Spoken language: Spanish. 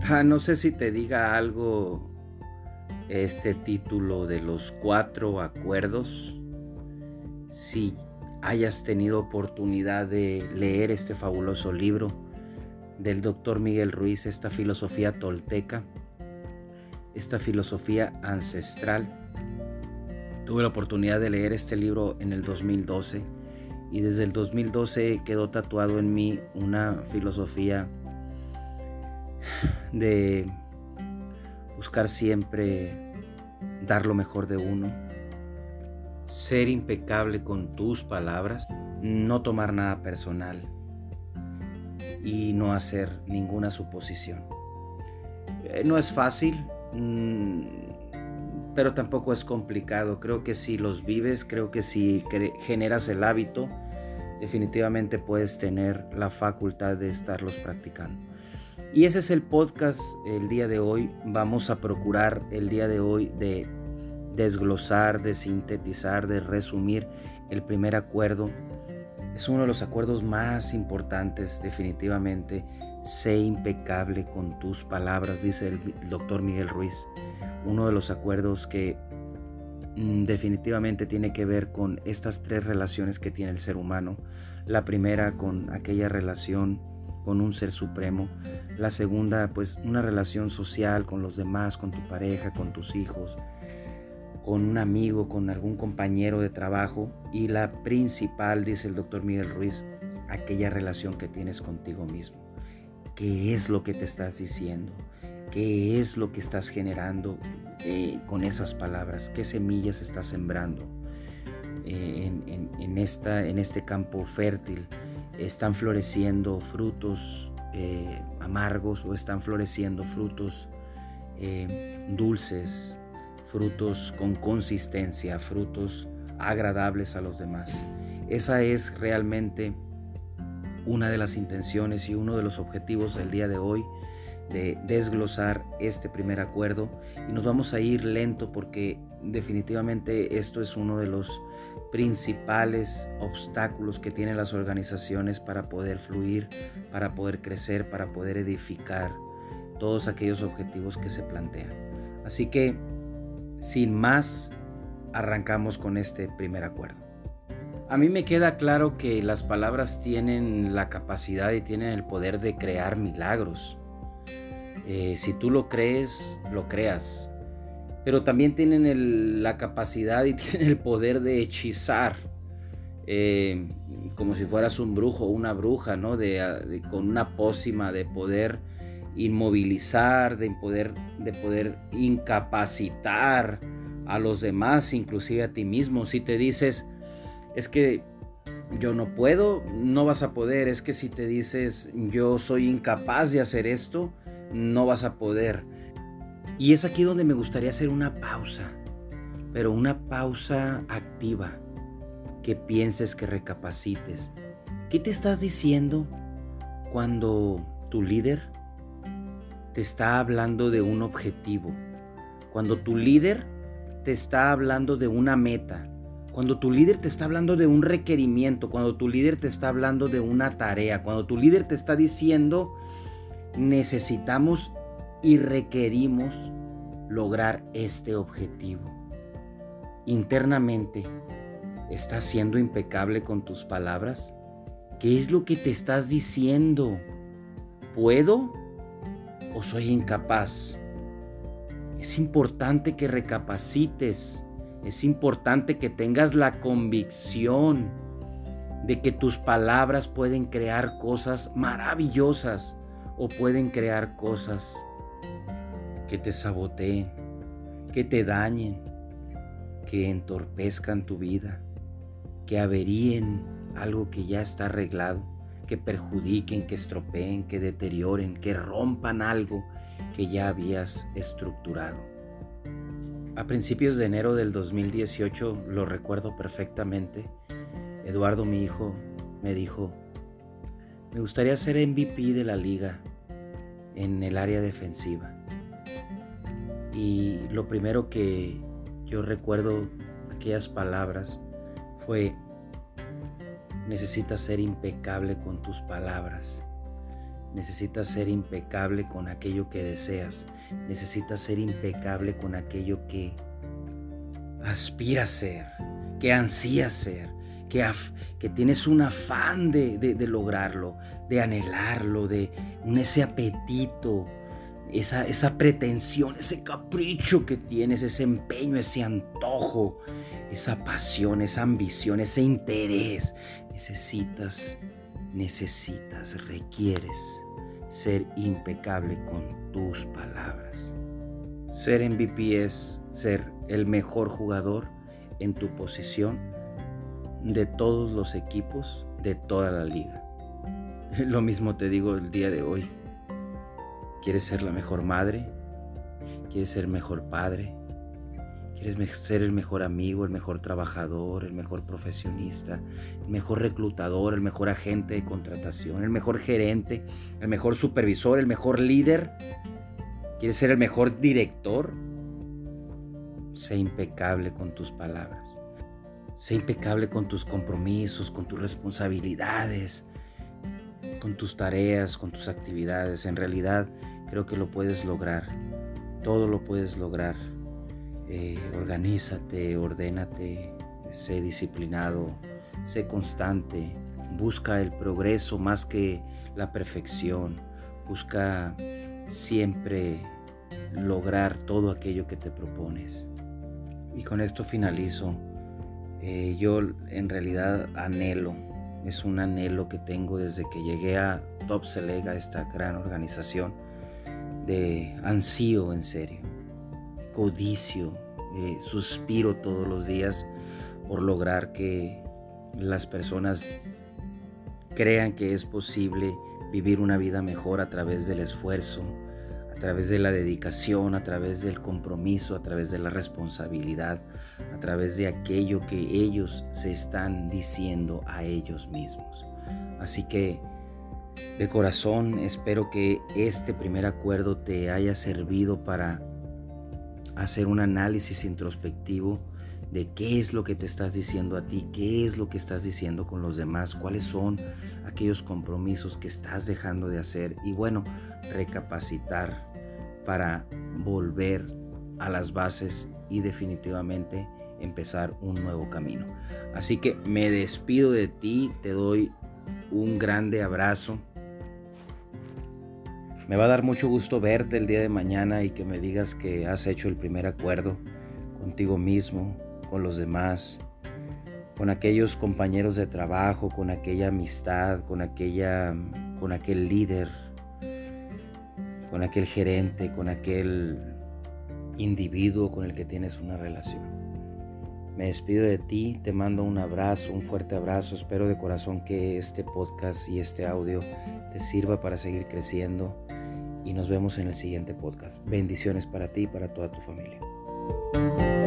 No sé si te diga algo este título de los 4 acuerdos. Si hayas tenido oportunidad de leer este fabuloso libro del doctor Miguel Ruiz, esta filosofía tolteca, esta filosofía ancestral. Tuve la oportunidad de leer este libro en el 2012 y desde el 2012 quedó tatuado en mí una filosofía de buscar siempre dar lo mejor de uno, ser impecable con tus palabras, no tomar nada personal y no hacer ninguna suposición. No es fácil, pero tampoco es complicado. Creo que si los vives, creo que si generas el hábito, definitivamente puedes tener la facultad de estarlos practicando. Y ese es el podcast el día de hoy. Vamos a procurar el día de hoy de desglosar, de sintetizar, de resumir el primer acuerdo. Es uno de los acuerdos más importantes, definitivamente. Sé impecable con tus palabras, dice el doctor Miguel Ruiz. Uno de los acuerdos que definitivamente tiene que ver con estas 3 relaciones que tiene el ser humano. La primera, con aquella relación con un ser supremo. La segunda, pues una relación social con los demás, con tu pareja, con tus hijos, con un amigo, con algún compañero de trabajo. Y la principal, dice el doctor Miguel Ruiz, aquella relación que tienes contigo mismo. ¿Qué es lo que te estás diciendo? ¿Qué es lo que estás generando con esas palabras? ¿Qué semillas estás sembrando en este campo fértil? ¿Están floreciendo frutos amargos o están floreciendo frutos dulces, frutos con consistencia, frutos agradables a los demás? Esa es realmente una de las intenciones y uno de los objetivos del día de hoy, de desglosar este primer acuerdo. Y nos vamos a ir lento porque definitivamente esto es uno de los principales obstáculos que tienen las organizaciones para poder fluir, para poder crecer, para poder edificar todos aquellos objetivos que se plantean. Así que, sin más, arrancamos con este primer acuerdo. A mí me queda claro que las palabras tienen la capacidad y tienen el poder de crear milagros. Si tú lo crees, lo creas. Pero también tienen la capacidad y tienen el poder de hechizar, como si fueras un brujo o una bruja, ¿no? Con una pócima de poder inmovilizar, de poder incapacitar a los demás, inclusive a ti mismo. Si te dices, es que yo no puedo, no vas a poder. Es que si te dices, yo soy incapaz de hacer esto, no vas a poder. Y es aquí donde me gustaría hacer una pausa, pero una pausa activa, que pienses, que recapacites. ¿Qué te estás diciendo cuando tu líder te está hablando de un objetivo? Cuando tu líder te está hablando de una meta, cuando tu líder te está hablando de un requerimiento, cuando tu líder te está hablando de una tarea, cuando tu líder te está diciendo, necesitamos y requerimos lograr este objetivo. Internamente, ¿estás siendo impecable con tus palabras? ¿Qué es lo que te estás diciendo? ¿Puedo o soy incapaz? Es importante que recapacites. Es importante que tengas la convicción de que tus palabras pueden crear cosas maravillosas o pueden crear cosas que te saboteen, que te dañen, que entorpezcan tu vida, que averíen algo que ya está arreglado, que perjudiquen, que estropeen, que deterioren, que rompan algo que ya habías estructurado. A principios de enero del 2018, lo recuerdo perfectamente, Eduardo, mi hijo, me dijo, me gustaría ser MVP de la liga en el área defensiva. Y lo primero que yo recuerdo aquellas palabras fue, necesitas ser impecable con tus palabras. Necesitas ser impecable con aquello que deseas. Necesitas ser impecable con aquello que aspiras a ser, que ansías ser, que tienes un afán de lograrlo, de anhelarlo, de ese apetito, esa pretensión, ese capricho que tienes, ese empeño, ese antojo, esa pasión, esa ambición, ese interés. Requieres ser impecable con tus palabras. Ser MVP es ser el mejor jugador en tu posición de todos los equipos de toda la liga. Lo mismo te digo el día de hoy. ¿Quieres ser la mejor madre? ¿Quieres ser el mejor padre? ¿Quieres ser el mejor amigo, el mejor trabajador, el mejor profesionista, el mejor reclutador, el mejor agente de contratación, el mejor gerente, el mejor supervisor, el mejor líder? ¿Quieres ser el mejor director? Sé impecable con tus palabras. Sé impecable con tus compromisos, con tus responsabilidades, con tus tareas, con tus actividades. En realidad, creo que lo puedes lograr. Todo lo puedes lograr. Organízate, ordénate, sé disciplinado, sé constante, busca el progreso más que la perfección, busca siempre lograr todo aquello que te propones. Y con esto finalizo. Yo en realidad es un anhelo que tengo desde que llegué a Top Select, a esta gran organización, de ansío en serio, codicio, suspiro todos los días por lograr que las personas crean que es posible vivir una vida mejor a través del esfuerzo, a través de la dedicación, a través del compromiso, a través de la responsabilidad, a través de aquello que ellos se están diciendo a ellos mismos. Así que de corazón espero que este primer acuerdo te haya servido para hacer un análisis introspectivo de qué es lo que te estás diciendo a ti, qué es lo que estás diciendo con los demás, cuáles son aquellos compromisos que estás dejando de hacer y bueno, recapacitar para volver a las bases y definitivamente empezar un nuevo camino. Así que me despido de ti, te doy un grande abrazo. Me va a dar mucho gusto verte el día de mañana y que me digas que has hecho el primer acuerdo contigo mismo, con los demás, con aquellos compañeros de trabajo, con aquella amistad, con aquel líder, con aquel gerente, con aquel individuo con el que tienes una relación. Me despido de ti, te mando un abrazo, un fuerte abrazo. Espero de corazón que este podcast y este audio te sirva para seguir creciendo y nos vemos en el siguiente podcast. Bendiciones para ti y para toda tu familia.